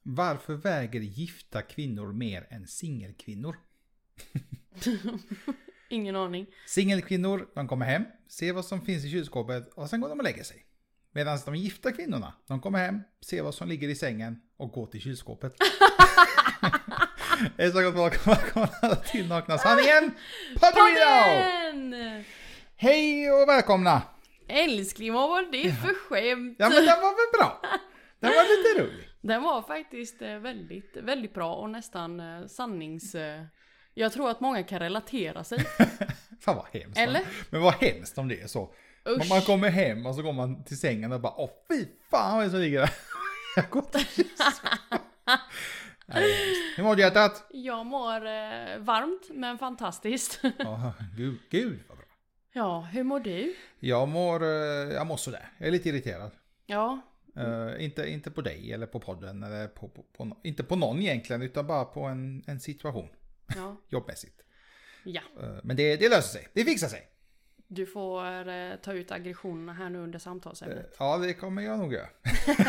Varför väger gifta kvinnor mer än singelkvinnor? Ingen aning. Singelkvinnor, de kommer hem, ser vad som finns i kylskåpet och sen går de och lägger sig. Medan de gifta kvinnorna, de kommer hem, ser vad som ligger i sängen och går till kylskåpet. Jag är så gott välkomna till Nakna sanningen Podden! Hej och välkomna! Älskling, vad var det för skämt? Ja, men den var väl bra. Den var lite rolig. Den var faktiskt väldigt, väldigt bra och nästan sannings... Jag tror att många kan relatera sig. Fan vad hemskt. Eller? Men vad hemskt om det är så. Usch. Man kommer hem och så går man till sängen och bara, fy fan vad är det som ligger där. Jag går till kylskåpet. Hur mår du, hjärtat? Jag mår varmt men fantastiskt. Gud vad bra. Ja, hur mår du? Jag mår sådär. Jag är lite irriterad. Ja. Inte på dig eller på podden. Eller inte på någon egentligen, utan bara på en situation. Ja. Jobbmässigt. Ja. Men det löser sig. Det fixar sig. Du får ta ut aggressionerna här nu under samtalsämnet. Ja, det kommer jag nog göra.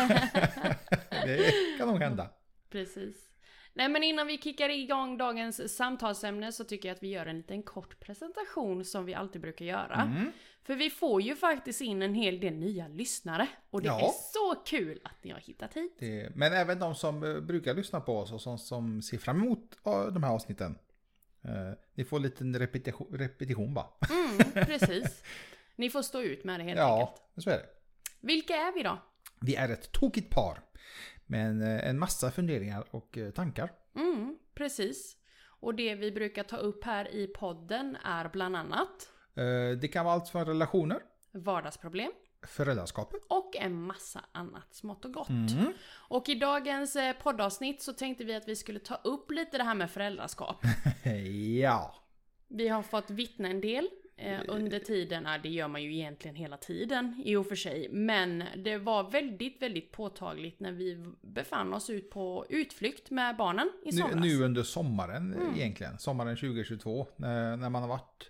Det kan nog hända. Precis. Nej, men innan vi kickar igång dagens samtalsämne så tycker jag att vi gör en liten kort presentation som vi alltid brukar göra. För vi får ju faktiskt in en hel del nya lyssnare. Och det är så kul att ni har hittat hit. Men även de som brukar lyssna på oss och som ser fram emot de här avsnitten. Ni får en liten repetition bara. Precis. Ni får stå ut med det helt enkelt. Ja, så är det. Vilka är vi då? Vi är ett tokigt par. Men en massa funderingar och tankar. Precis. Och det vi brukar ta upp här i podden är bland annat det kan vara allt från relationer, vardagsproblem, föräldraskapet och en massa annat smått och gott. Och i dagens poddavsnitt så tänkte vi att vi skulle ta upp lite det här med föräldraskap. Ja. Vi har fått vittna en del under tiden. Det gör man ju egentligen hela tiden i och för sig. Men det var väldigt, väldigt påtagligt när vi befann oss ut på utflykt med barnen i somras. Nu under sommaren egentligen. Sommaren 2022. När man har varit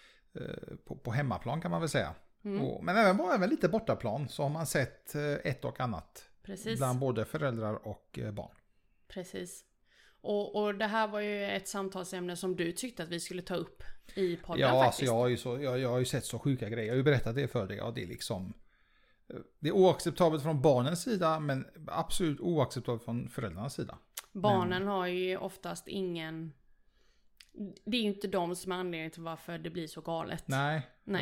på hemmaplan kan man väl säga. Men även lite bortaplan så har man sett ett och annat. Precis. Bland både föräldrar och barn. Precis. Och det här var ju ett samtalsämne som du tyckte att vi skulle ta upp i podden faktiskt. Alltså jag har ju sett så sjuka grejer. Jag har ju berättat det för dig. Ja, det är liksom... Det är oacceptabelt från barnens sida, men absolut oacceptabelt från föräldrarnas sida. Barnen har ju oftast ingen... Det är ju inte de som är anledningen till varför det blir så galet. Nej.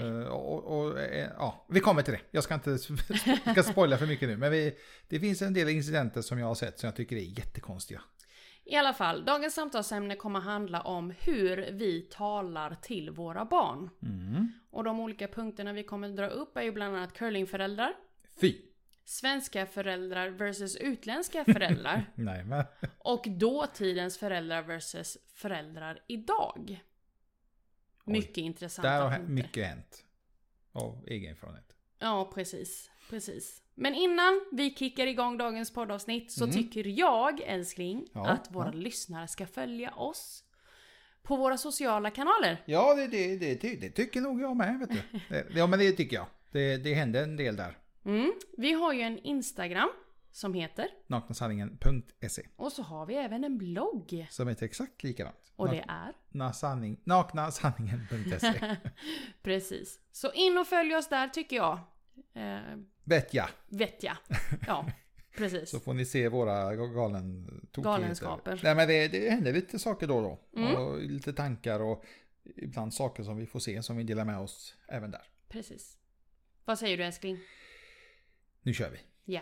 Vi kommer till det. Jag ska inte spoila för mycket nu. Men det finns en del incidenter som jag har sett som jag tycker är jättekonstiga. I alla fall, dagens samtalsämne kommer handla om hur vi talar till våra barn. Och de olika punkterna vi kommer dra upp är ju bland annat curlingföräldrar. Fy! Svenska föräldrar versus utländska föräldrar. Nej, men... Och dåtidens föräldrar versus föräldrar idag. Mycket intressant. Där har mycket hänt. Av egen erfarenhet. Ja, precis. Men innan vi kickar igång dagens poddavsnitt så tycker jag, älskling, att våra lyssnare ska följa oss på våra sociala kanaler. Ja, det tycker nog jag med, vet du. Ja, men det tycker jag. Det händer en del där. Vi har ju en Instagram som heter naknasanningen.se. och så har vi även en blogg. Som heter exakt likadant. Och det är? Naknasanningen.se. Precis. Så in och följ oss där tycker jag. Vet jag. Ja, precis. Så får ni se våra galenskaper. Nej, men det händer lite saker då och då. Och lite tankar och ibland saker som vi får se som vi delar med oss även där. Precis. Vad säger du, älskling? Nu kör vi. Ja.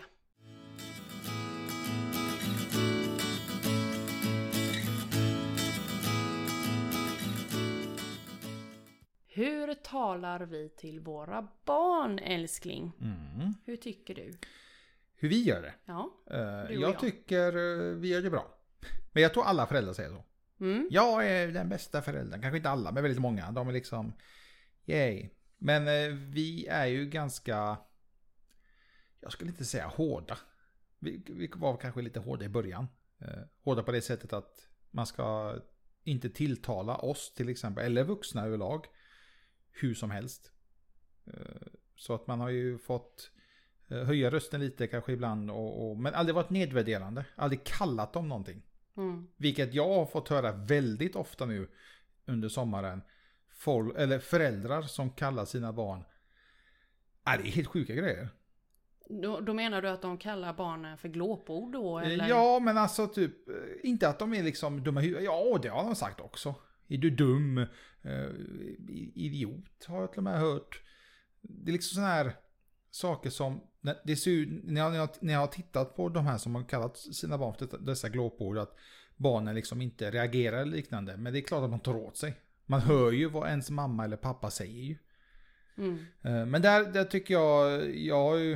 Hur talar vi till våra barn, älskling? Hur tycker du? Hur vi gör det? Ja, jag tycker vi gör det bra. Men jag tror alla föräldrar säger så. Jag är den bästa föräldern. Kanske inte alla, men väldigt många. De är liksom, yay. Men vi är ju ganska, jag skulle inte säga hårda. Vi var kanske lite hårda i början. Hårda på det sättet att man ska inte tilltala oss till exempel, eller vuxna överlag, hur som helst. Så att man har ju fått höja rösten lite kanske ibland. Men aldrig varit nedvärderande. Aldrig kallat dem någonting. Vilket jag har fått höra väldigt ofta nu under sommaren. Eller föräldrar som kallar sina barn. Det är helt sjuka grejer. Då menar du att de kallar barnen för glåpord då? Eller? Ja, men alltså typ, inte att de är liksom dumma huvud. Ja, det har de sagt också. Är du dum? Idiot har jag till och med hört. Det är liksom sådana här saker som, det ser ut, när jag har tittat på de här som har kallat sina barn för dessa glåpord, att barnen liksom inte reagerar eller liknande. Men det är klart att man tar åt sig. Man hör ju vad ens mamma eller pappa säger ju. Men där tycker jag har ju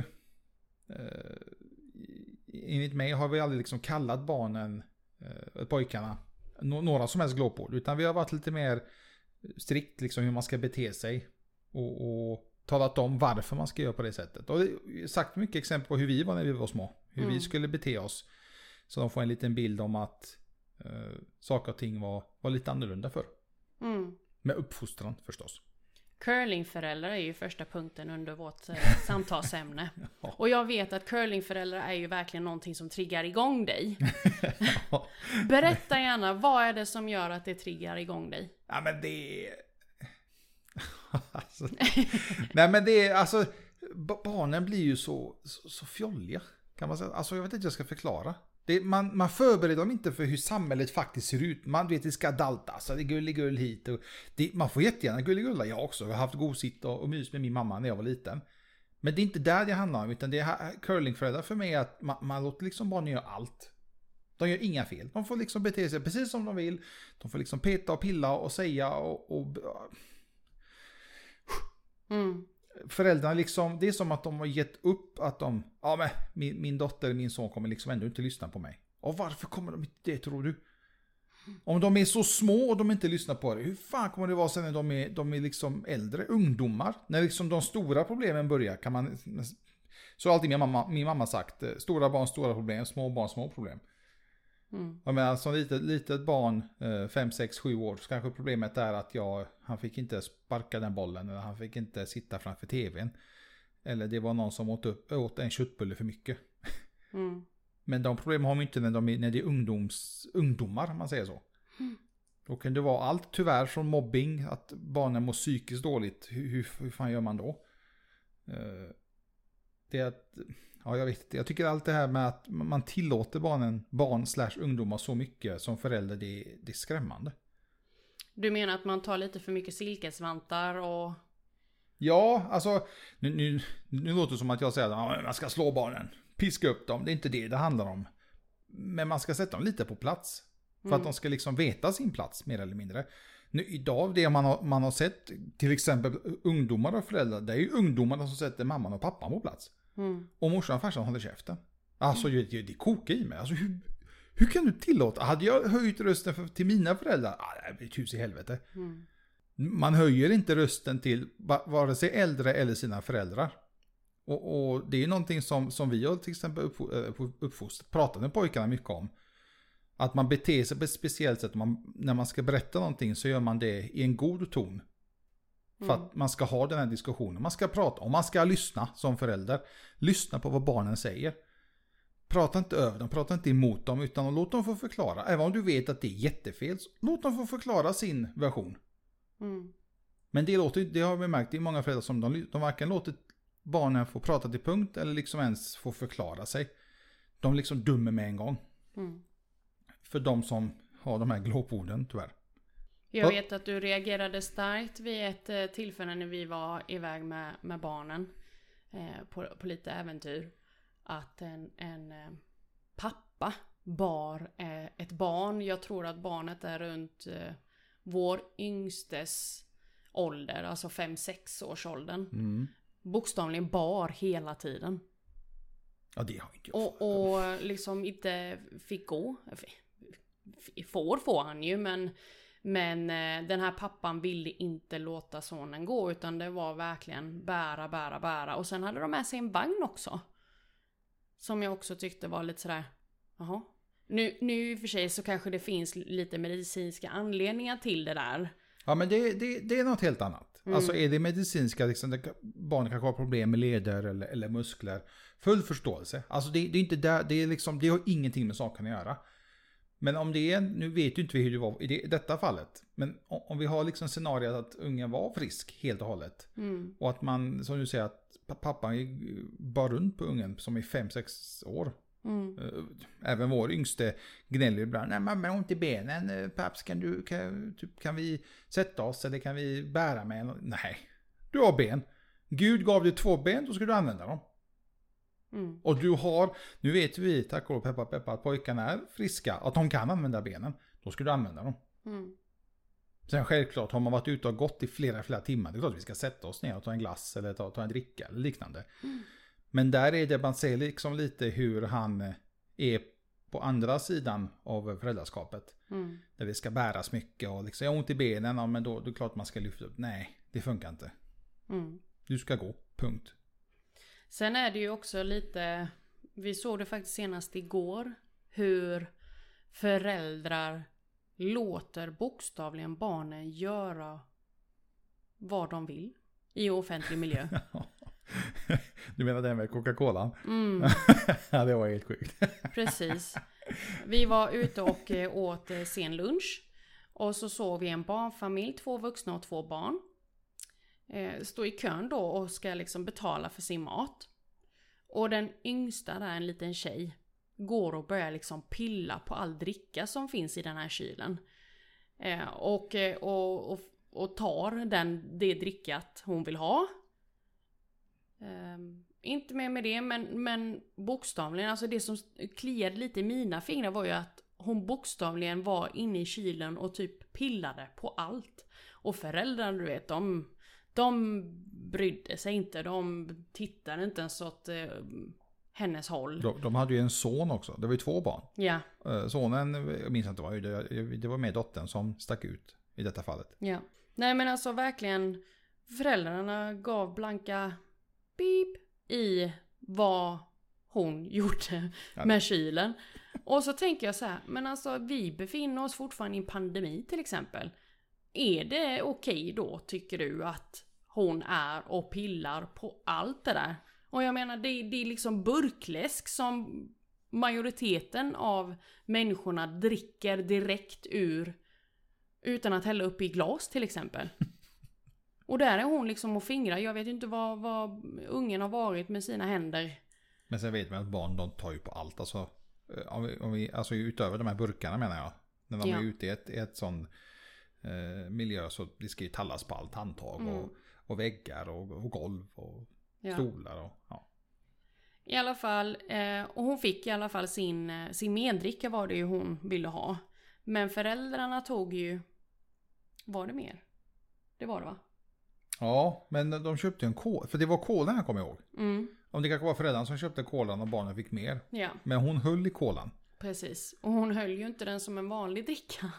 enligt mig har vi aldrig liksom kallat barnen, pojkarna, några som helst glåpord, utan vi har varit lite mer strikt liksom hur man ska bete sig och talat om varför man ska göra på det sättet. Och sagt mycket exempel på hur vi var när vi var små, hur vi skulle bete oss, så de får en liten bild om att saker och ting var lite annorlunda för. Med uppfostran förstås. Curlingföräldrar är ju första punkten under vårt samtalsämne. Ja. Och jag vet att curlingföräldrar är ju verkligen någonting som triggar igång dig. Ja. Berätta gärna, vad är det som gör att det triggar igång dig? Ja, men det är... alltså... Nej, men det är alltså... Barnen blir ju så fjolliga, kan man säga. Alltså jag vet inte hur jag ska förklara. Man förbereder dem inte för hur samhället faktiskt ser ut. Man vet att det ska dalta, så det är gull hit. Och man får jättegärna gulla. Jag också. Jag har haft gositt och mys med min mamma när jag var liten. Men det är inte där det handlar om. Utan det är curlingföräldrar för mig att man låter liksom barnen göra allt. De gör inga fel. De får liksom bete sig precis som de vill. De får liksom peta och pilla och säga Föräldrarna liksom, det är som att de har gett upp att men min dotter, min son kommer liksom ändå inte lyssna på mig. Och varför kommer de inte det, tror du? Om de är så små och de inte lyssnar på det, hur fan kommer det vara sen när de är liksom äldre, ungdomar? När liksom de stora problemen börjar, kan man... Så har alltid min mamma sagt, stora barn, stora problem, små barn, små problem. Jag menar, som litet barn, 5, 6, 7 år, så kanske problemet är att han fick inte sparka den bollen, eller han fick inte sitta framför tvn. Eller det var någon som åt en köttbulle för mycket. Men de problemen har man inte när det är ungdomar, om man säger så. Då kan det vara allt tyvärr från mobbing, att barnen mår psykiskt dåligt. Hur fan gör man då? Det är att... Ja, jag vet inte. Jag tycker allt det här med att man tillåter barn/ungdomar så mycket som förälder, det är skrämmande. Du menar att man tar lite för mycket silkesvantar och... Ja, alltså nu låter det som att jag säger att man ska slå barnen, piska upp dem. Det är inte det handlar om. Men man ska sätta dem lite på plats. För att de ska liksom veta sin plats, mer eller mindre. Nu, idag, det man har sett, till exempel ungdomar och föräldrar, det är ju ungdomarna som sätter mamman och pappan på plats. Och morsan och farsan håller käften. Alltså det kokar i mig. Alltså hur kan du tillåta? Hade jag höjt rösten till mina föräldrar? Det blir ett hus i helvete. Man höjer inte rösten till vare sig äldre eller sina föräldrar. Och det är någonting som vi har till exempel pratat med pojkarna mycket om. Att man beter sig på ett speciellt sätt. När man ska berätta någonting så gör man det i en god ton. För att man ska ha den här diskussionen. Man ska prata och man ska lyssna som förälder. Lyssna på vad barnen säger. Prata inte över dem, prata inte emot dem, utan låt dem få förklara. Även om du vet att det är jättefel, låt dem få förklara sin version. Men det har vi märkt, det är många föräldrar som de varken låter barnen få prata till punkt eller liksom ens få förklara sig. De liksom dömer med en gång. För de som har de här glåporden, tyvärr. Jag vet att du reagerade starkt vid ett tillfälle när vi var iväg med barnen på lite äventyr. Att en pappa bar ett barn. Jag tror att barnet är runt vår yngstes ålder, alltså 5-6 års åldern. Bokstavligen bar hela tiden. Ja, det har inte jag. Och liksom inte fick gå. Får han ju, men den här pappan ville inte låta sonen gå, utan det var verkligen bära. Och sen hade de med sig en vagn också. Som jag också tyckte var lite sådär, jaha. Nu i och för sig så kanske det finns lite medicinska anledningar till det där. Ja, men det är något helt annat. Alltså är det medicinska, liksom, barnen kanske har problem med leder eller muskler. Full förståelse. Alltså det är inte där, det är liksom, det har ingenting med saken att göra. Men om det är, nu vet ju inte vi hur det var i detta fallet. Men om vi har liksom scenariot att ungen var frisk helt och hållet. Och att man, som du säger, att pappan bar runt på ungen som är 5-6 år. Även vår yngste gnäller ibland. Nej, mamma har ont i benen. Paps, kan vi sätta oss eller kan vi bära med? Nej, du har ben. Gud gav dig 2 ben, då ska du använda dem. Och du har, nu vet vi, tack och peppa, att pojkarna är friska, att de kan använda benen. Då ska du använda dem. Sen självklart, har man varit ute och gått i flera timmar, det är klart att vi ska sätta oss ner och ta en glass eller ta en dricka eller liknande. Men där är det, man ser liksom lite hur han är på andra sidan av föräldraskapet. Där det ska bäras mycket och liksom, jag har ont i benen, ja, men då är det klart man ska lyfta upp. Nej, det funkar inte. Du ska gå, punkt. Sen är det ju också lite, vi såg det faktiskt senast igår, hur föräldrar låter bokstavligen barnen göra vad de vill i offentlig miljö. Du menar det med Coca-Cola? Ja, det var helt sjukt. Precis. Vi var ute och åt sen lunch. Och så såg vi en barnfamilj, 2 vuxna och 2 barn. Stå i kön då och ska liksom betala för sin mat. Och den yngsta där, en liten tjej, går och börjar liksom pilla på all dricka som finns i den här kylen. Och tar det drickat hon vill ha. Inte mer med det, men bokstavligen, alltså det som kliade lite i mina fingrar var ju att hon bokstavligen var inne i kylen och typ pillade på allt. Och föräldrarna, du vet, de brydde sig inte, de tittade inte ens åt hennes håll. De hade ju en son också, det var ju 2 barn. Ja. Sonen, jag minns inte, det var med dottern som stack ut i detta fallet. Ja. Nej, men alltså verkligen, föräldrarna gav blanka pip i vad hon gjorde med kylen. Och så tänker jag så här, men alltså vi befinner oss fortfarande i en pandemi till exempel. Är det okej då, tycker du, att hon är och pillar på allt det där? Och jag menar, det är liksom burkläsk som majoriteten av människorna dricker direkt ur utan att hälla upp i glas till exempel. Och där är hon liksom och fingrar. Jag vet inte vad ungen har varit med sina händer. Men sen vet man att barn, de tar ju på allt. Alltså, alltså utöver de här burkarna menar jag. När de är ute i ett sån miljö, så det ska ju tallas på allt. Handtag och väggar och golv och stolar. Och, I alla fall, och hon fick i alla fall sin meddricka, var det ju hon ville ha. Men föräldrarna tog ju, var det mer? Det var det, va? Ja, men de köpte en kola. För det var kolan jag kommer ihåg. Om det kanske var föräldrarna som köpte kolan och barnen fick mer. Ja. Men hon höll i kolan. Precis. Och hon höll ju inte den som en vanlig dricka.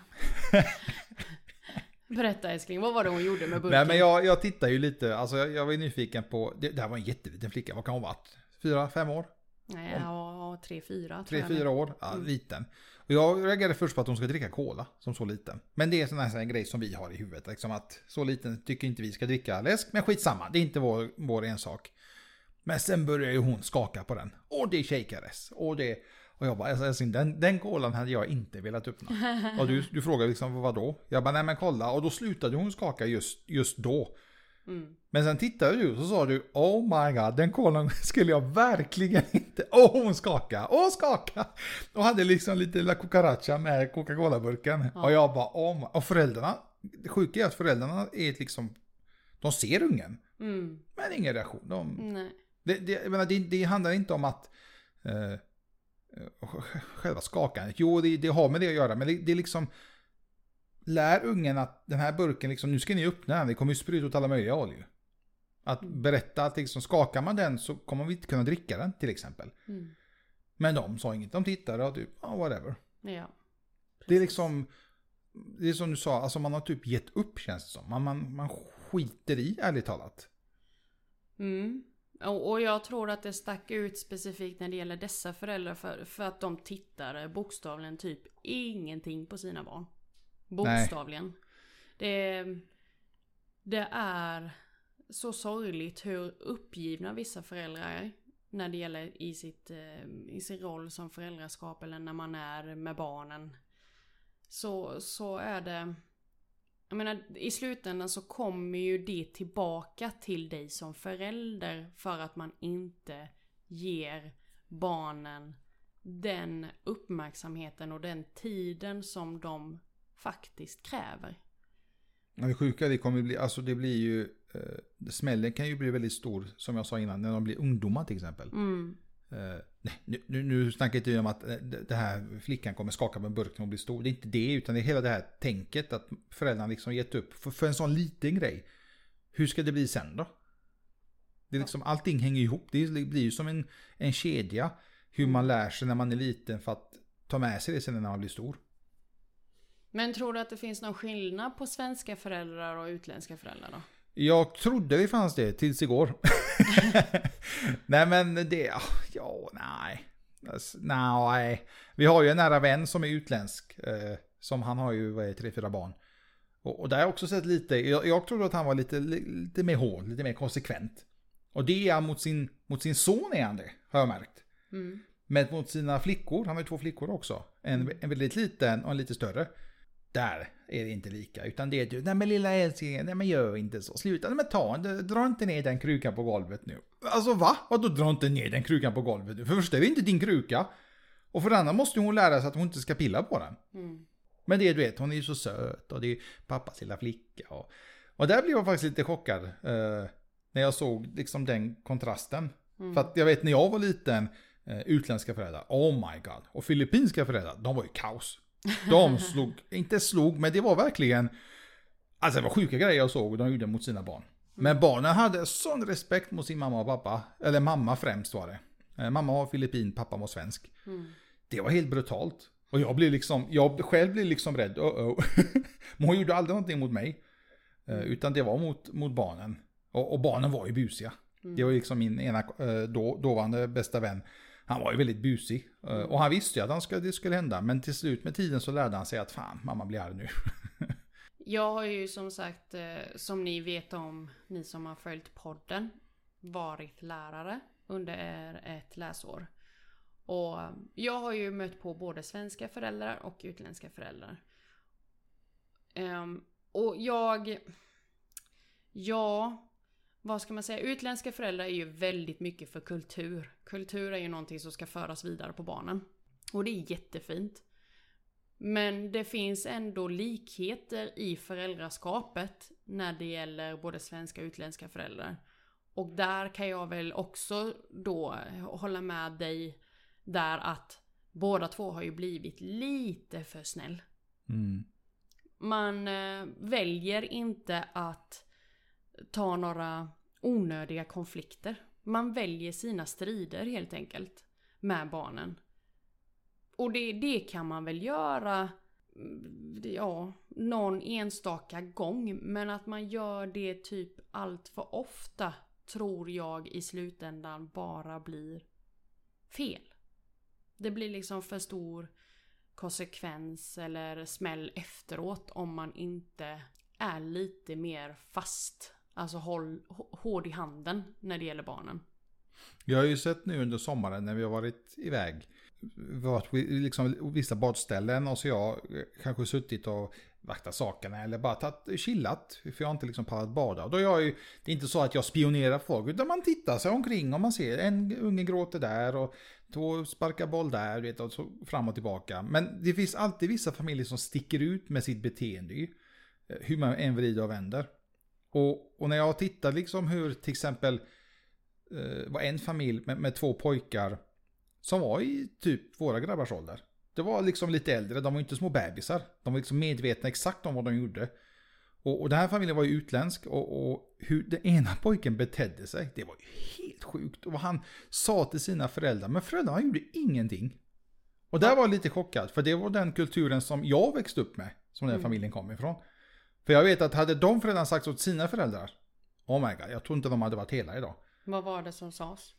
Berätta älskling, vad var det hon gjorde med burken? Nej, men jag tittar ju lite. Alltså jag var nyfiken på. Det här var en jätteliten flicka. Vad kan hon varit? 4-5 år? Nej, 3-4. 3-4 år, liten. Och jag reagerade först på att hon ska dricka cola som så liten. Men det är sån här grej som vi har i huvudet. Liksom att så liten tycker inte vi ska dricka läsk. Men skitsamma, det är inte vår ensak. Men sen börjar ju hon skaka på den. Och det shakades. Och jag bara, alltså, den kolan hade jag inte velat öppna. Och du frågar liksom, vad då? Jag bara, nej men kolla. Och då slutade hon skaka just då. Men sen tittade du och så sa du, oh my god, den kolan skulle jag verkligen inte. Hon skaka. Och hade liksom lite la cucaracha med Coca-Cola-burken. Ja. Och jag bara, och föräldrarna, det sjuka är att föräldrarna är liksom, de ser ungen. Men ingen reaktion. Nej. Det handlar inte om att själva skakandet. Jo, det har med det att göra. Men det är liksom, lär ungen att den här burken, liksom, nu ska ni öppna den. Det kommer ju spruta åt alla möjliga håll ju. Att berätta att liksom, skakar man den så kommer vi inte kunna dricka den till exempel. Men de sa inget. De tittade och typ, whatever. Ja, det är liksom, det är som du sa, alltså man har typ gett upp, känns det som. Man skiter i, ärligt talat. Och jag tror att det stack ut specifikt när det gäller dessa föräldrar för att de tittar bokstavligen typ ingenting på sina barn. Bokstavligen. det är så sorgligt hur uppgivna vissa föräldrar är när det gäller i sin roll som föräldraskap eller när man är med barnen. Så är det, jag menar, i slutändan så kommer ju det tillbaka till dig som förälder för att man inte ger barnen den uppmärksamheten och den tiden som de faktiskt kräver. Det sjuka det kommer bli, alltså det blir ju, smällen kan ju bli väldigt stor som jag sa innan när de blir ungdomar till exempel. Nu snackar inte vi om att det här flickan kommer skaka med burken och bli stor. Det är inte det, utan det är hela det här tänket att föräldrarna liksom gett upp för en sån liten grej. Hur ska det bli sen då? Det är liksom, allting hänger ihop. Det blir ju som en kedja. Hur man lär sig när man är liten för att ta med sig det sen när man blir stor. Men tror du att det finns någon skillnad på svenska föräldrar och utländska föräldrar då? Jag trodde det fanns det tills igår. Nej men det, nej. Vi har ju en nära vän som är utländsk. Som han har ju 3-4 barn. Och där har jag också sett lite, jag trodde att han var lite mer hård, lite mer konsekvent. Och det är mot sin son är han det, har jag märkt. Men mot sina flickor, han har ju 2 flickor också. En väldigt liten och en lite större. Där är det inte lika, utan det är du, nej men lilla älskling, nej men gör inte så, sluta, nej men dra inte ner den krukan på golvet nu. Alltså va? Vadå dra inte ner den krukan på golvet nu? För först är det inte din kruka. Och för det andra måste hon lära sig att hon inte ska pilla på den. Men det du vet, hon är ju så söt och det är pappas lilla flicka. Och där blev jag faktiskt lite chockad när jag såg liksom den kontrasten. För att jag vet när jag var liten, utländska föräldrar, oh my god. Och filippinska föräldrar, de var ju kaos. De slog, men det var verkligen, alltså det var sjuka grejer jag såg och de gjorde mot sina barn. Men barnen hade sån respekt mot sin mamma och pappa, eller mamma främst var det. Mamma var filippin, pappa var svensk. Det var helt brutalt. Och jag själv blev liksom rädd. Men hon gjorde aldrig någonting mot mig. Utan det var mot barnen. Och barnen var ju busiga. Det var liksom min ena dåvarande bästa vän. Han var ju väldigt busig. Och han visste ju att det skulle hända. Men till slut med tiden så lärde han sig att fan, mamma blir arg nu. Jag har ju som sagt, som ni vet om, ni som har följt podden, varit lärare under ett läsår. Och jag har ju mött på både svenska föräldrar och utländska föräldrar. Och vad ska man säga? Utländska föräldrar är ju väldigt mycket för kultur. Kultur är ju någonting som ska föras vidare på barnen. Och det är jättefint. Men det finns ändå likheter i föräldraskapet när det gäller både svenska och utländska föräldrar. Och där kan jag väl också då hålla med dig där att båda två har ju blivit lite för snäll. Man väljer inte att ta några onödiga konflikter. Man väljer sina strider helt enkelt med barnen. Och det kan man väl göra någon enstaka gång. Men att man gör det typ allt för ofta tror jag i slutändan bara blir fel. Det blir liksom för stor konsekvens eller smäll efteråt om man inte är lite mer fast. Alltså hård i handen när det gäller barnen. Jag har ju sett nu under sommaren när vi har varit iväg. Varit liksom vissa badställen och så jag kanske suttit och vaktat sakerna eller bara chillat. För jag har inte liksom pallat bada. Och då det är inte så att jag spionerar folk utan man tittar sig omkring och man ser en unge gråter där och då sparkar boll där vet, och så fram och tillbaka. Men det finns alltid vissa familjer som sticker ut med sitt beteende. Hur man än vrider och vänder. Och när jag tittar liksom hur till exempel var en familj med 2 pojkar som var i typ våra grabbars ålder. Det var liksom lite äldre, de var inte små bebisar. De var liksom medvetna exakt om vad de gjorde. Och den här familjen var ju utländsk och hur den ena pojken betedde sig, det var ju helt sjukt. Och vad han sa till sina föräldrar, men föräldrarna gjorde ingenting. Och där var jag lite chockad, för det var den kulturen som jag växte upp med, som den familjen kom ifrån. För jag vet att hade de föräldrarna sagt åt sina föräldrar, oh my god, jag tror inte de hade varit hela idag. Vad var det som sades?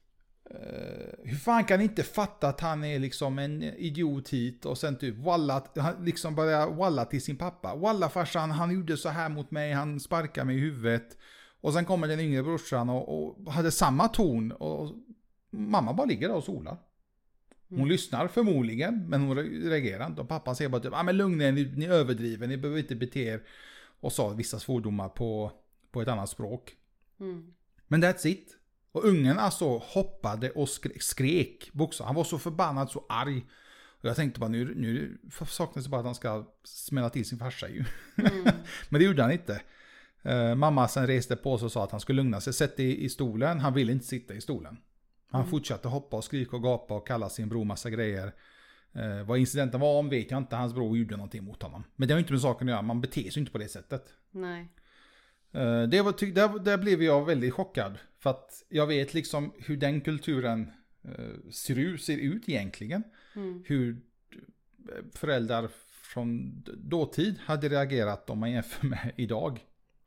hur fan kan inte fatta att han är liksom en idiot hit och sen typ han liksom börjar walla till sin pappa. Walla farsan, han gjorde så här mot mig, han sparkade mig i huvudet. Och sen kommer den yngre brorsan och hade samma ton och mamma bara ligger där och solar. Hon lyssnar förmodligen, men hon reagerar inte. Och pappan säger bara typ, men lugna er, ni överdriver, ni behöver inte bete er. Och sa vissa svordomar på ett annat språk. Men that's it. Och ungen alltså hoppade och skrek bokstavligt. Han var så förbannad, så arg. Och jag tänkte bara, nu saknas det bara att han ska smälla till sin farsa ju. Men det gjorde han inte. Mamma sen reste på sig och sa att han skulle lugna sig. Sätt i stolen. Han ville inte sitta i stolen. Han fortsatte hoppa och skrika och gapa och kalla sin bror massa grejer. Vad incidenten var om vet jag inte. Hans bror gjorde någonting mot honom. Men det har inte med saken att göra. Man beter sig inte på det sättet. Nej. Där blev jag väldigt chockad. För att jag vet liksom hur den kulturen ser ut egentligen. Hur föräldrar från dåtid hade reagerat om man jämför med idag.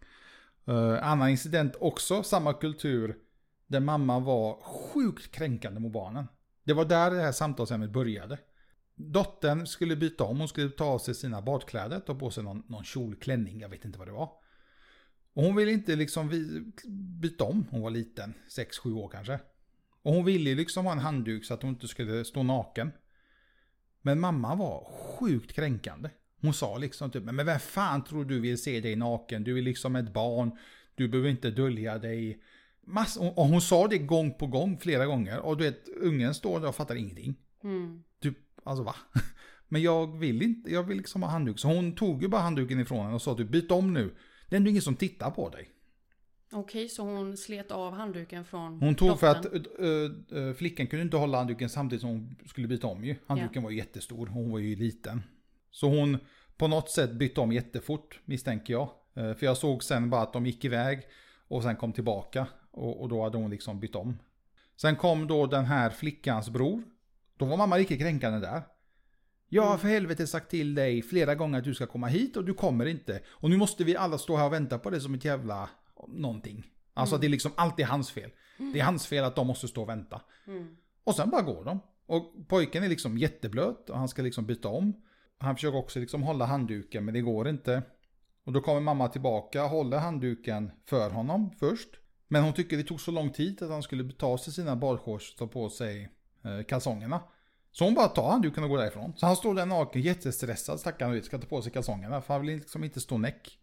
Annan incident också, samma kultur där mamma var sjukt kränkande mot barnen. Det var där det här samtalsämnet började. Dottern skulle byta om, hon skulle ta av sig sina badkläder, ta på sig någon kjolklänning, jag vet inte vad det var. Och hon ville inte liksom byta om, hon var liten, 6-7 år kanske. Och hon ville liksom ha en handduk så att hon inte skulle stå naken. Men mamma var sjukt kränkande. Hon sa liksom typ, men vem fan tror du vill se dig naken? Du är liksom ett barn, du behöver inte dölja dig. Och hon sa det gång på gång, flera gånger. Och du vet, ungen står där och fattar ingenting. Typ, alltså va? Men jag vill liksom ha handduk. Så hon tog ju bara handduken ifrån henne och sa, du byt om nu. Det är ändå ingen som tittar på dig. Okej, så hon slet av handduken från hon tog dottern. För att flickan kunde inte hålla handduken samtidigt som hon skulle byta om ju. Handduken var ju jättestor, hon var ju liten. Så hon på något sätt bytte om jättefort, misstänker jag. För jag såg sen bara att de gick iväg och sen kom tillbaka. Och då hade hon liksom bytt om. Sen kom då den här flickans bror. Då var mamma lika kränkande där. Jag har för helvete sagt till dig flera gånger att du ska komma hit och du kommer inte. Och nu måste vi alla stå här och vänta på det som ett jävla någonting. Alltså det är liksom alltid hans fel. Det är hans fel att de måste stå och vänta. Och sen bara går de. Och pojken är liksom jätteblöt och han ska liksom byta om. Han försöker också liksom hålla handduken, men det går inte. Och då kommer mamma tillbaka och håller handduken för honom först. Men hon tycker det tog så lång tid att han skulle ta sig sina badshorts och ta på sig kalsongerna. Så hon bara tar handduken och går därifrån. Så han står där naken, jättestressad, stackaren, och ska ta på sig kalsongerna. För han vill liksom inte stå näck.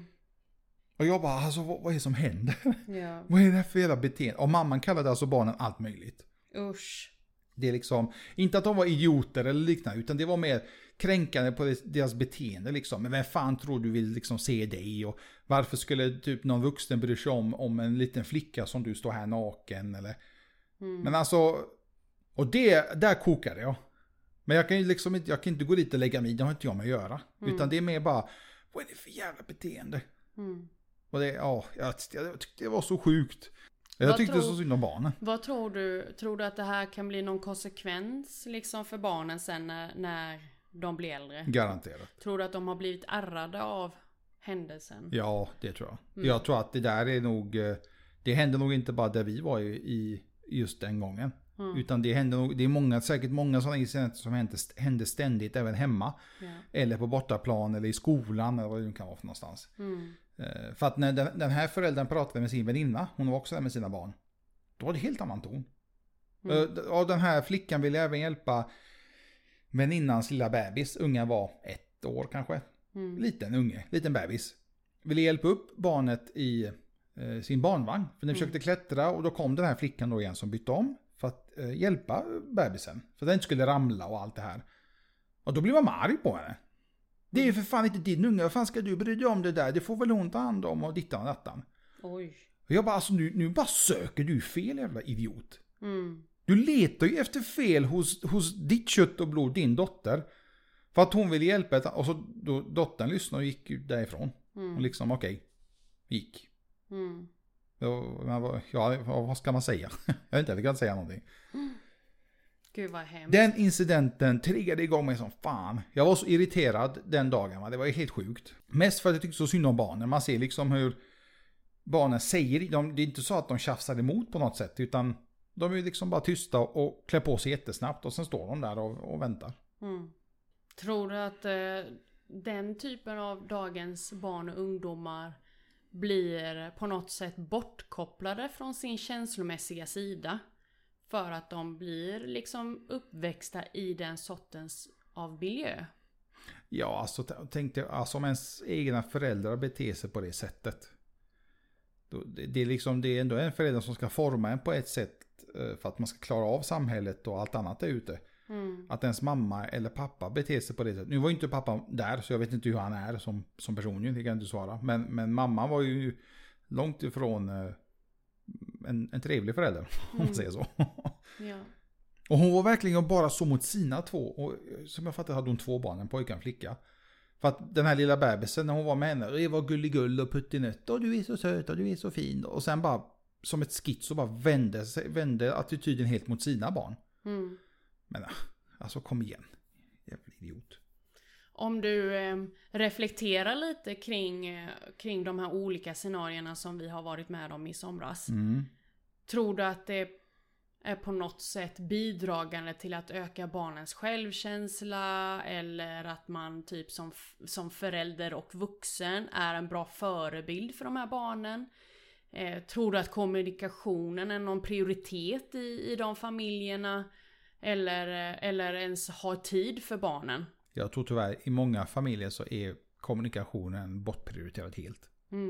Och jag bara, alltså vad är det som händer? Ja. Vad är det här för jävla beteende? Och mamman kallade alltså barnen allt möjligt. Usch. Det är liksom, inte att de var idioter eller liknande, utan det var mer kränkande på deras beteende liksom. Men vem fan tror du vill liksom se dig? Och varför skulle typ någon vuxen bry sig om en liten flicka som du står här naken? Eller? Men alltså, och där kokade jag. Men jag kan ju liksom inte, jag kan inte gå dit och lägga mig, det har inte jag med att göra. Utan det är mer bara, vad är det för jävla beteende? Och det, jag tyckte det var så sjukt. Jag tyckte så synd om barnen. Vad tror du? Tror du att det här kan bli någon konsekvens liksom för barnen sen när de blir äldre? Garanterat. Tror du att de har blivit ärrade av händelsen? Ja, det tror jag. Jag tror att det där är nog, det hände nog inte bara där vi var i just den gången. Utan det hände nog, det är säkert många sådana incidenter som hände ständigt även hemma. Ja. Eller på bortaplan eller i skolan eller vad det kan vara för någonstans. För att när den här föräldern pratade med sin väninna, hon var också där med sina barn, då var det helt annan ton. Och den här flickan ville även hjälpa väninnans lilla bebis. Ungen var 1 år kanske. Liten bebis. Ville hjälpa upp barnet i sin barnvagn. För den försökte klättra och då kom den här flickan då igen som bytte om för att hjälpa bebisen. För att den inte skulle ramla och allt det här. Och då blev man arg på henne. Det är ju för fan inte din unge. Vad fan ska du bry dig om det där? Det får väl hon ta hand om och dittan och dattan. Oj. Och jag bara, alltså nu bara söker du fel jävla idiot. Du letar ju efter fel hos ditt kött och blod, din dotter. För att hon vill hjälpa. Och så då dottern lyssnade och gick ut därifrån. Och liksom gick. Vad ska man säga? Jag vet inte, jag kan inte säga någonting. Gud vad hemskt. Den incidenten triggade igång mig som fan. Jag var så irriterad den dagen. Va? Det var helt sjukt. Mest för att jag tyckte så synd om barnen. Man ser liksom hur barnen säger. Det är inte så att de tjafsar emot på något sätt. Utan De är ju liksom bara tysta och klär på sig jättesnabbt och sen står de där och väntar. Tror du att den typen av dagens barn och ungdomar blir på något sätt bortkopplade från sin känslomässiga sida för att de blir liksom uppväxta i den sortens av miljö? Ja, alltså tänkte alltså om ens egna föräldrar beter sig på det sättet. Det är liksom, det är ändå en förälder som ska forma en på ett sätt för att man ska klara av samhället och allt annat där ute. Att ens mamma eller pappa beter sig på det sättet. Nu var ju inte pappa där, så jag vet inte hur han är som person, det kan jag inte svara. Men mamma var ju långt ifrån en trevlig förälder, om man säger så. Ja. Och hon var verkligen bara så mot sina två. Och som jag fattar hade hon 2 barn, en pojke och en flicka. För att den här lilla bebisen, när hon var med henne, det var gulligull och puttinött. Och du är så söt och du är så fin. Och sen bara, som ett skits, så bara vände attityden helt mot sina barn. Men alltså kom igen. Jävla idiot. Om du reflekterar lite kring de här olika scenarierna som vi har varit med om i somras. Tror du att det är på något sätt bidragande till att öka barnens självkänsla, eller att man typ som förälder och vuxen är en bra förebild för de här barnen? Tror du att kommunikationen är någon prioritet i de familjerna, eller ens har tid för barnen? Jag tror tyvärr i många familjer så är kommunikationen bortprioriterad helt.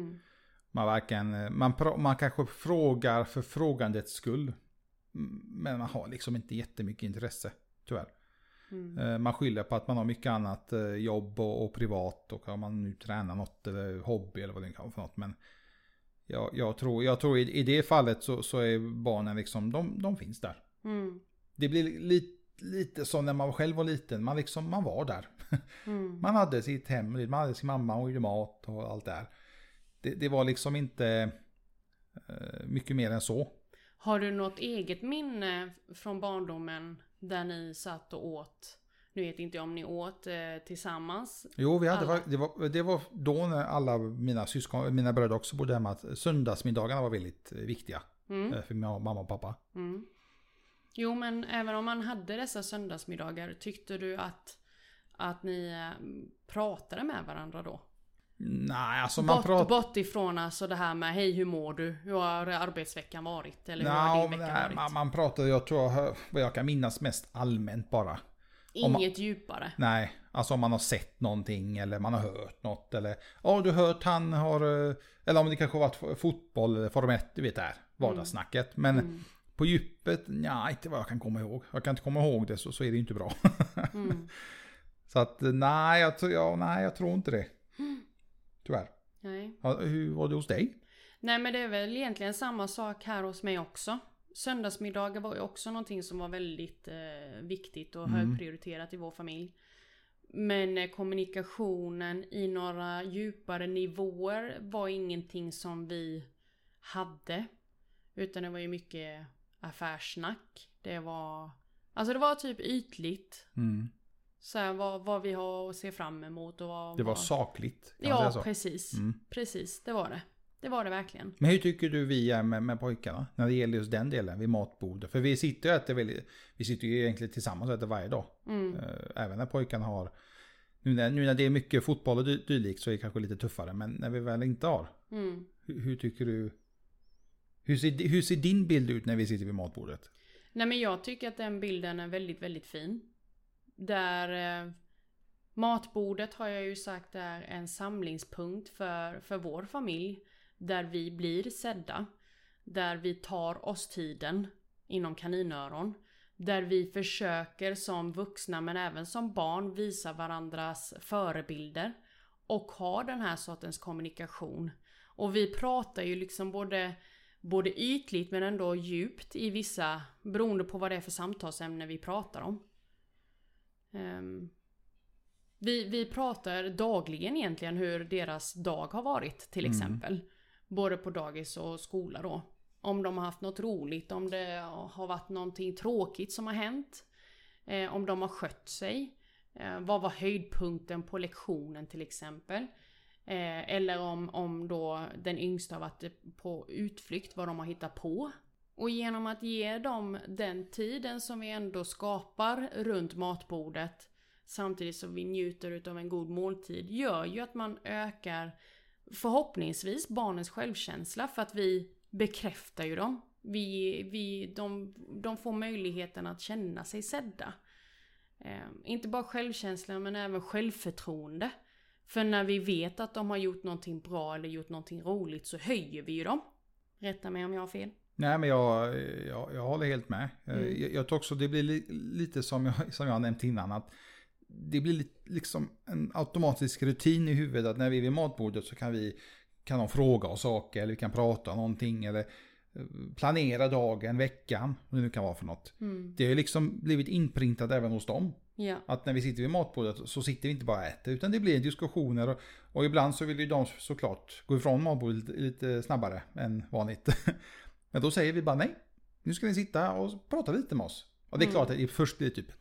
Man kanske frågar för frågandets skull. Men man har liksom inte jättemycket intresse, tyvärr. Man skyller på att man har mycket annat jobb och privat, och om man nu tränar något eller hobby eller vad det kan vara för något. Men jag tror i det fallet så är barnen liksom, de finns där. Det blir lite som när man själv var liten, man var där. Man hade sitt hem, man hade sin mamma och gjorde mat och allt där. Det var liksom inte mycket mer än så. Har du något eget minne från barndomen där ni satt och åt? Nu vet inte jag om ni åt tillsammans. Jo, det var då när alla mina bröder också bodde hemma, att söndagsmiddagarna var väldigt viktiga för min mamma och pappa. Jo, men även om man hade dessa söndagsmiddagar, tyckte du att ni pratade med varandra då? Nej, alltså bort ifrån alltså det här med hej, hur mår du? Hur har arbetsveckan varit? Eller hur har din vecka varit? Man pratade, jag tror vad jag kan minnas, mest allmänt bara. Inget djupare? Nej, alltså om man har sett någonting eller man har hört något, eller du har hört han har, eller om det kanske har varit fotboll eller Formel 1, du vet det här vardagssnacket. Men på djupet, nej, inte vad jag kan komma ihåg. Jag kan inte komma ihåg det, så är det inte bra. Så att nej, jag tror inte det. Tyvärr. Nej. Hur var det hos dig? Nej, men det är väl egentligen samma sak här hos mig också. Söndagsmiddagar var ju också någonting som var väldigt viktigt och högprioriterat i vår familj. Men kommunikationen i några djupare nivåer var ingenting som vi hade. Utan det var ju mycket affärssnack. Det var typ ytligt. Så här, vad vi har att se fram emot. Och det var sakligt. Ja, precis. Precis, det var det. Det var det verkligen. Men hur tycker du vi är med pojkarna när det gäller just den delen vid matbordet? För vi sitter ju egentligen tillsammans och äter varje dag. Även när pojkarna har, nu när det är mycket fotboll och dylikt, så är det kanske lite tuffare. Men när vi väl inte har, hur tycker du, hur ser din bild ut när vi sitter vid matbordet? Nej, men jag tycker att den bilden är väldigt, väldigt fin. Där matbordet har jag ju sagt är en samlingspunkt för vår familj. Där vi blir sedda. Där vi tar oss tiden inom kaninöron. Där vi försöker som vuxna men även som barn visa varandras förebilder. Och ha den här sortens kommunikation. Och vi pratar ju liksom både ytligt men ändå djupt i vissa, beroende på vad det är för samtalsämne vi pratar om. Vi pratar dagligen egentligen hur deras dag har varit till exempel. Både på dagis och skola då. Om de har haft något roligt, om det har varit någonting tråkigt som har hänt. Om de har skött sig. Vad var höjdpunkten på lektionen till exempel. Eller om då den yngsta har varit på utflykt, vad de har hittat på. Och genom att ge dem den tiden som vi ändå skapar runt matbordet, samtidigt som vi njuter av en god måltid, gör ju att man ökar förhoppningsvis barnens självkänsla, för att vi bekräftar ju dem. De får möjligheten att känna sig sedda. Inte bara självkänsla, men även självförtroende. För när vi vet att de har gjort någonting bra eller gjort någonting roligt, så höjer vi ju dem. Rätta mig om jag har fel. Nej, men jag håller helt med. Jag tror också det blir lite som jag har nämnt innan, att det blir liksom en automatisk rutin i huvudet att när vi är vid matbordet så kan de fråga oss saker, eller vi kan prata om någonting, eller planera dagen, veckan, vad det nu kan vara för något. Det har liksom blivit inprintat även hos dem. Ja. Att när vi sitter vid matbordet så sitter vi inte bara och äter, utan det blir diskussioner, och ibland så vill ju de såklart gå ifrån matbordet lite snabbare än vanligt. Men då säger vi bara nej, nu ska ni sitta och prata lite med oss. Och det är klart att det först blir typ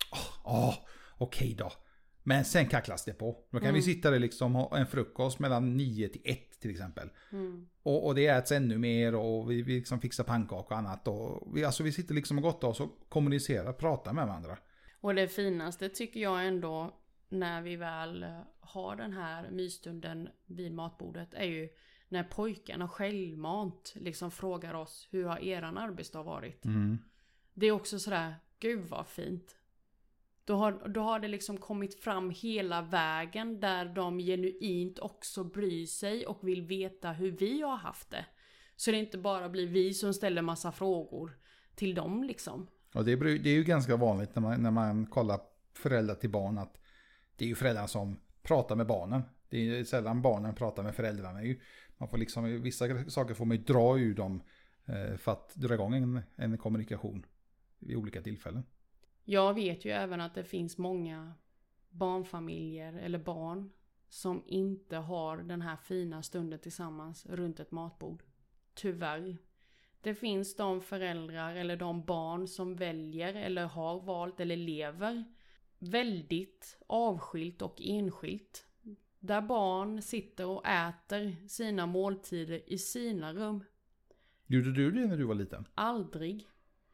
okej då. Men sen kacklas det på. Då kan vi sitta där liksom och ha en frukost mellan 9 till 1 till exempel. Och det äts ännu mer, och vi liksom fixar pannkakor och annat. Och vi sitter liksom och gottar oss och kommunicerar, pratar med varandra. Och det finaste tycker jag ändå när vi väl har den här mysstunden vid matbordet är ju när pojkarna självmant liksom frågar oss, hur har eran arbetsdag varit? Det är också sådär, gud vad fint. Då har det liksom kommit fram hela vägen, där de genuint också bryr sig och vill veta hur vi har haft det. Så det inte bara blir vi som ställer massa frågor till dem liksom. Och det är ju ganska vanligt när man kollar föräldrar till barn, att det är ju föräldrarna som pratar med barnen. Det är ju sällan barnen pratar med föräldrarna. Man får liksom, vissa saker får man ju dra ur dem för att dra igång en kommunikation vid olika tillfällen. Jag vet ju även att det finns många barnfamiljer eller barn som inte har den här fina stunden tillsammans runt ett matbord. Tyvärr. Det finns de föräldrar eller de barn som väljer eller har valt eller lever väldigt avskilt och enskilt. Där barn sitter och äter sina måltider i sina rum. Gjorde du det när du var liten? Aldrig.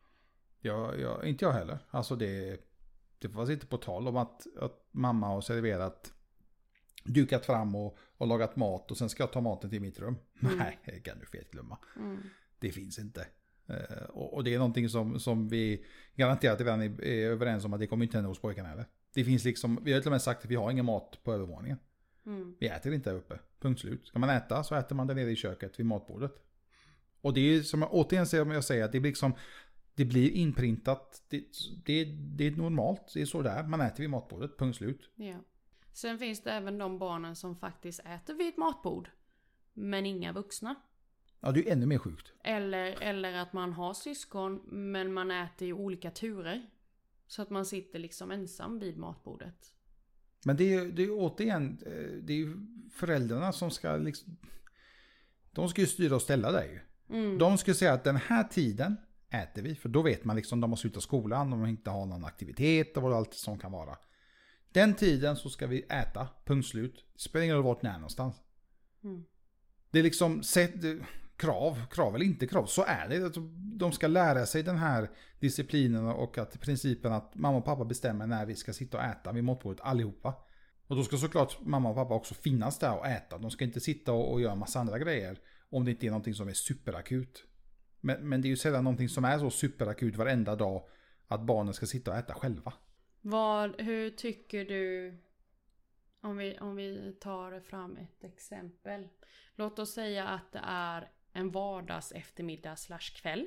Inte jag heller. Alltså det var inte på tal om att mamma har serverat, dukat fram och lagat mat, och sen ska jag ta maten till mitt rum. Nej, det kan du fet glömma. Det finns inte. Och det är någonting som vi garanterat redan är överens om, att det kommer inte hända hos pojkarna heller. Det finns liksom, vi har till och med sagt att vi har ingen mat på övervåningen. Vi äter inte där uppe. Punkt slut. Ska man äta så äter man där nere i köket vid matbordet. Och det är som återigen jag säger, att det blir liksom, det blir inprintat. Det är normalt. Det är så där. Man äter vid matbordet. Punkt slut. Ja. Sen finns det även de barnen som faktiskt äter vid ett matbord, men inga vuxna. Ja, det är ännu mer sjukt. Eller att man har syskon, men man äter i olika turer. Så att man sitter liksom ensam vid matbordet. Men det är återigen, det är ju föräldrarna som ska liksom, de ska ju styra och ställa där ju. De ska säga att den här tiden äter vi, för då vet man liksom, de har slutat skolan, de inte har någon aktivitet och vad allt som kan vara. Den tiden så ska vi äta, punkt slut. Spelar ingen roll vart ni är någonstans. Det är liksom krav eller inte krav, så är det. Alltså, de ska lära sig den här disciplinen och att principen att mamma och pappa bestämmer när vi ska sitta och äta vid matbordet allihopa. Och då ska såklart mamma och pappa också finnas där och äta. De ska inte sitta och göra massa andra grejer om det inte är någonting som är superakut. Men det är ju sällan någonting som är så superakut varenda dag att barnen ska sitta och äta själva. Hur tycker du, om vi tar fram ett exempel. Låt oss säga att det är en vardags eftermiddag / kväll.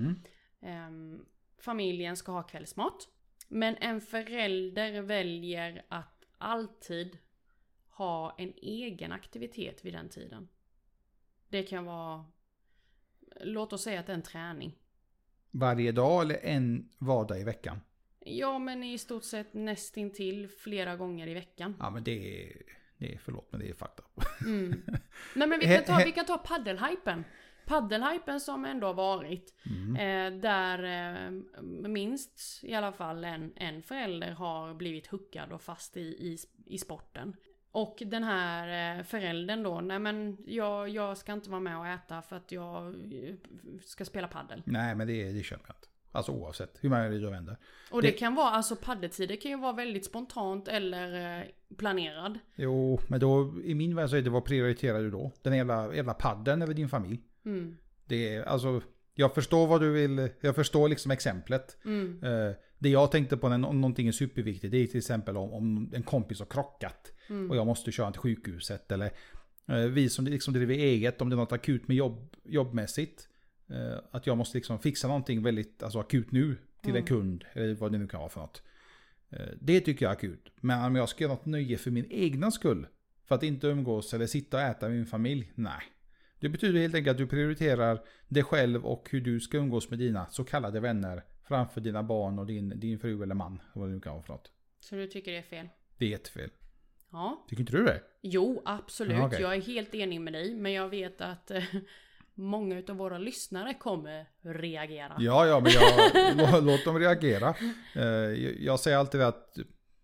Familjen ska ha kvällsmat. Men en förälder väljer att alltid ha en egen aktivitet vid den tiden. Det kan vara, låt oss säga att det är en träning. Varje dag eller en vardag i veckan? Ja, men i stort sett nästintill flera gånger i veckan. Ja, men det är förlåt, men det är fakta. Nej, men vi kan ta paddelhypen. Paddelhypen som ändå har varit. Där minst i alla fall en förälder har blivit hookad och fast i sporten. Och den här föräldern då, nej men jag ska inte vara med och äta för att jag ska spela paddel. Nej, men det köper jag inte. Alltså oavsett hur man gör det och vänder. Och det kan vara, alltså paddeltider kan ju vara väldigt spontant eller planerad. Jo, men då i min värld så är det vad prioriterar du då? Den jävla paddeln över din familj. Det är, alltså, jag förstår vad du vill, jag förstår liksom exemplet. Det jag tänkte på när någonting är superviktigt, det är till exempel om en kompis har krockat och jag måste köra till sjukhuset, eller vi som liksom driver eget, om det är något akut med jobbmässigt, att jag måste liksom fixa någonting väldigt akut nu till en kund, eller vad det nu kan vara för något. Det tycker jag är akut. Men om jag ska göra något nöje för min egna skull, för att inte umgås eller sitta och äta med min familj, nej. Det betyder helt enkelt att du prioriterar dig själv och hur du ska umgås med dina så kallade vänner framför dina barn och din fru eller man, vad det nu kan vara för något. Så du tycker det är fel? Det är jättefel. Ja. Tycker inte du det? Jo, absolut. Ja, okay. Jag är helt enig med dig, men jag vet att många av våra lyssnare kommer reagera. Ja, men låt dem reagera. Jag säger alltid att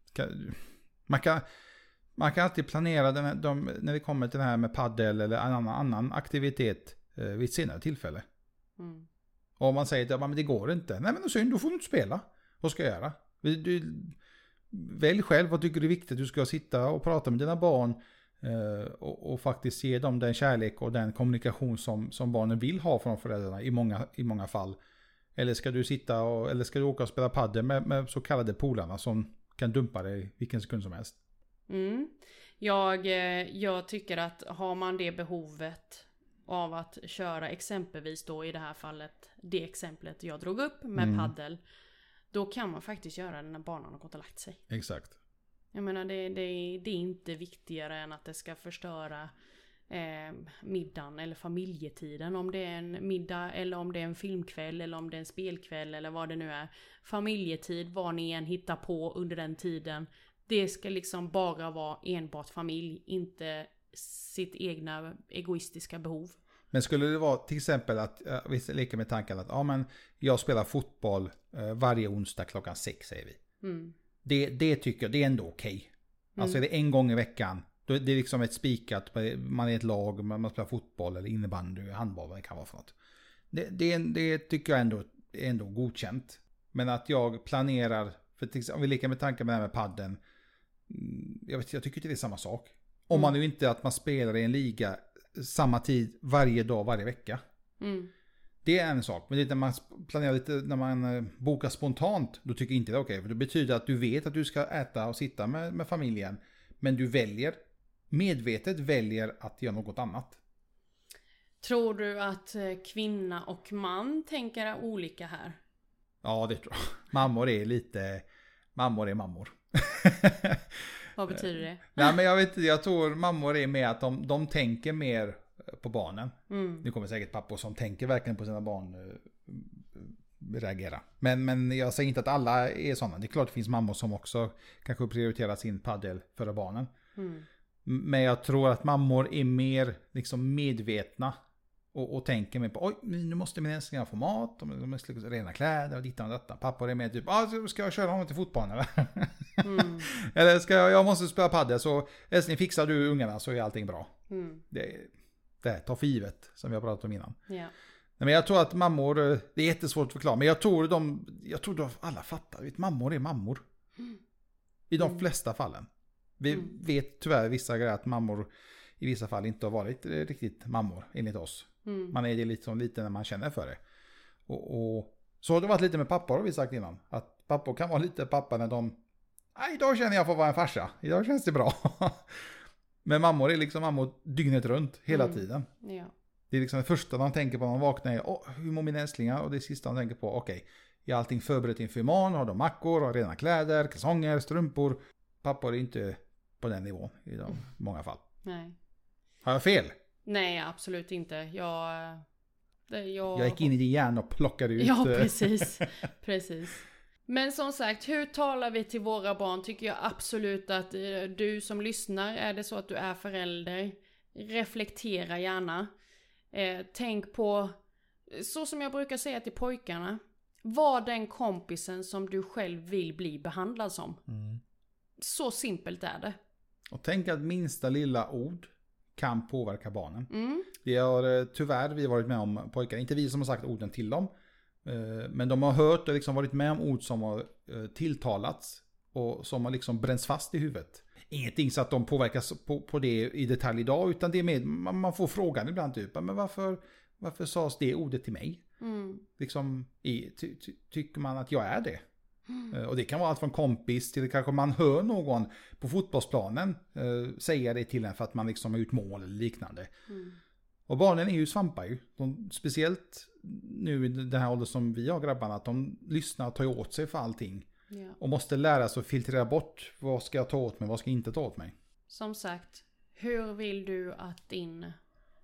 man kan alltid planera när det kommer till det här med paddel eller annan aktivitet vid ett senare tillfälle. Och om man säger att men det går inte. Nej, men synd, då får du inte spela. Vad ska jag göra? Välj själv vad tycker du är viktigt. Du ska sitta och prata med dina barn och faktiskt ge dem den kärlek och den kommunikation som barnen vill ha från föräldrarna i många fall. Eller ska du eller ska du åka och spela paddel med så kallade polarna som kan dumpa dig vilken sekund som helst. Jag tycker att har man det behovet av att köra exempelvis då i det här fallet det exemplet jag drog upp med paddel, då kan man faktiskt göra det när barnen har gått och lagt sig. Exakt. Jag menar det är inte viktigare än att det ska förstöra middagen eller familjetiden, om det är en middag eller om det är en filmkväll eller om det är en spelkväll eller vad det nu är. Familjetid, vad ni än hittar på under den tiden, det ska liksom bara vara enbart familj, inte sitt egna egoistiska behov. Men skulle det vara till exempel att vi leker med tanken att men jag spelar fotboll varje onsdag klockan 6 säger vi. Det tycker jag, det är ändå okej. Alltså är det en gång i veckan, då är det liksom ett spikat, man är ett lag, man spelar fotboll eller innebandy, handboll, vad det kan vara för något. Det tycker jag är ändå godkänt. Men att jag planerar, för om vi leker med tanken med det här med padden, jag tycker inte det är samma sak. Om man nu inte att man spelar i en liga samma tid varje dag, varje vecka. Det är en sak. Men det är när man planerar lite, när man bokar spontant, då tycker jag inte det är okej. För det betyder att du vet att du ska äta och sitta med familjen. Men du medvetet väljer att göra något annat. Tror du att kvinna och man tänker olika här? Ja, det tror jag. Mammor är mammor. Vad betyder det? Nej, men jag tror mammor är med att de tänker mer på barnen. Nu kommer säkert pappor som tänker verkligen på sina barn reagera. Men jag säger inte att alla är sådana. Det är klart det finns mammor som också kanske prioriterar sin paddel före barnen. Men jag tror att mammor är mer liksom medvetna och tänker mer på nu måste min älskling få mat, de måste rena kläder och dittan och detta. Pappor är mer typ, ska jag köra honom till fotbollen eller? Eller jag måste spela paddel, så älskling fixar du ungarna så är allting bra. Det tar för givet som vi har pratat om innan. Ja. Men jag tror att mammor, det är jättesvårt att förklara, men jag tror att alla fattar, mammor är mammor. I de flesta fallen. Vi vet tyvärr vissa grejer att mammor i vissa fall inte har varit riktigt mammor enligt oss. Man är det lite när man känner för det. Och så har det varit lite med pappor har vi sagt innan. Att pappor kan vara lite pappa när idag känner jag för att vara en farsa. Idag känns det bra. Men mammor är liksom mammor dygnet runt hela tiden. Ja. Det är liksom det första de tänker på när de vaknar är hur mår mina älsklingar? Och det sista de tänker på är allting förberett inför imorgon? Har de mackor? Har rena kläder? Kalsonger? Strumpor? Pappor är inte på den nivån i många fall. Nej. Har jag fel? Nej, absolut inte. Jag gick in i din hjärna och plockade ut. Ja, precis. Men som sagt, hur talar vi till våra barn? Tycker jag absolut att du som lyssnar, är det så att du är förälder, reflektera gärna. Tänk på, så som jag brukar säga till pojkarna, var den kompisen som du själv vill bli behandlad som. Så simpelt är det. Och tänk att minsta lilla ord kan påverka barnen. Det har tyvärr vi varit med om, pojkar, inte vi som har sagt orden till dem, men de har hört och liksom varit med om ord som har tilltalats och som har liksom bränts fast i huvudet. Ingenting så att de påverkas på det i detalj idag, utan det är med, man får frågan ibland typ, men varför sades det ordet till mig? Liksom, tycker man att jag är det? Och det kan vara allt från kompis till kanske man hör någon på fotbollsplanen säga det till en för att man liksom har gjort mål eller liknande. Och barnen är ju svampar ju. Speciellt nu i den här åldern som vi har grabbarna, att de lyssnar och tar åt sig för allting. Och måste lära sig att filtrera bort vad ska jag ta åt mig, vad ska jag inte ta åt mig. Som sagt, hur vill du att din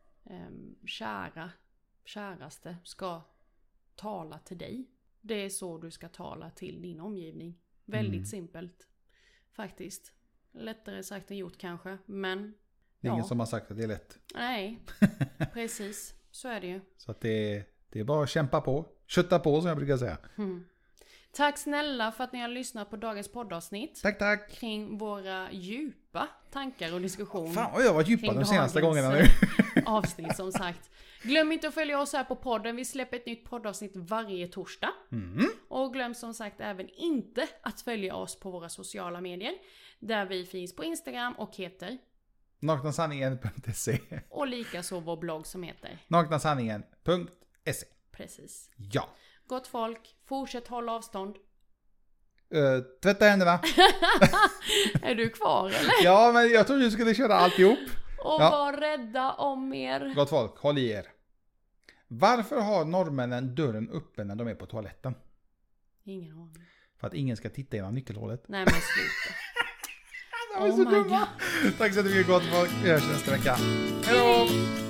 käraste ska tala till dig? Det är så du ska tala till din omgivning. Väldigt simpelt. Faktiskt. Lättare sagt än gjort kanske. Men det är ingen som har sagt att det är lätt. Nej, precis. Så är det ju. Så att det är bara att kämpa på. Kötta på som jag brukar säga. Tack snälla för att ni har lyssnat på dagens poddavsnitt. Tack. Kring våra djupa tankar och diskussion. Fan vad jag var djupa de senaste gångerna nu. Avsnitt som sagt. Glöm inte att följa oss här på podden. Vi släpper ett nytt poddavsnitt varje torsdag. Och glöm som sagt även inte att följa oss på våra sociala medier. Där vi finns på Instagram och heter naknasanningen.se. Och likaså vår blogg som heter naknasanningen.se. Precis. Ja. Gott folk, fortsätt hålla avstånd. Tvätta händerna. Är du kvar eller? Ja, men jag tror du skulle köra alltihop. Och var rädda om er. Gott folk, håll i er. Varför har norrmännen dörren uppe när de är på toaletten? Ingen aning. För att ingen ska titta genom nyckelhålet. Nej men sluta. Det var så dumma. Tack så mycket, gott folk. Vi hörs nästa vecka. Hej då!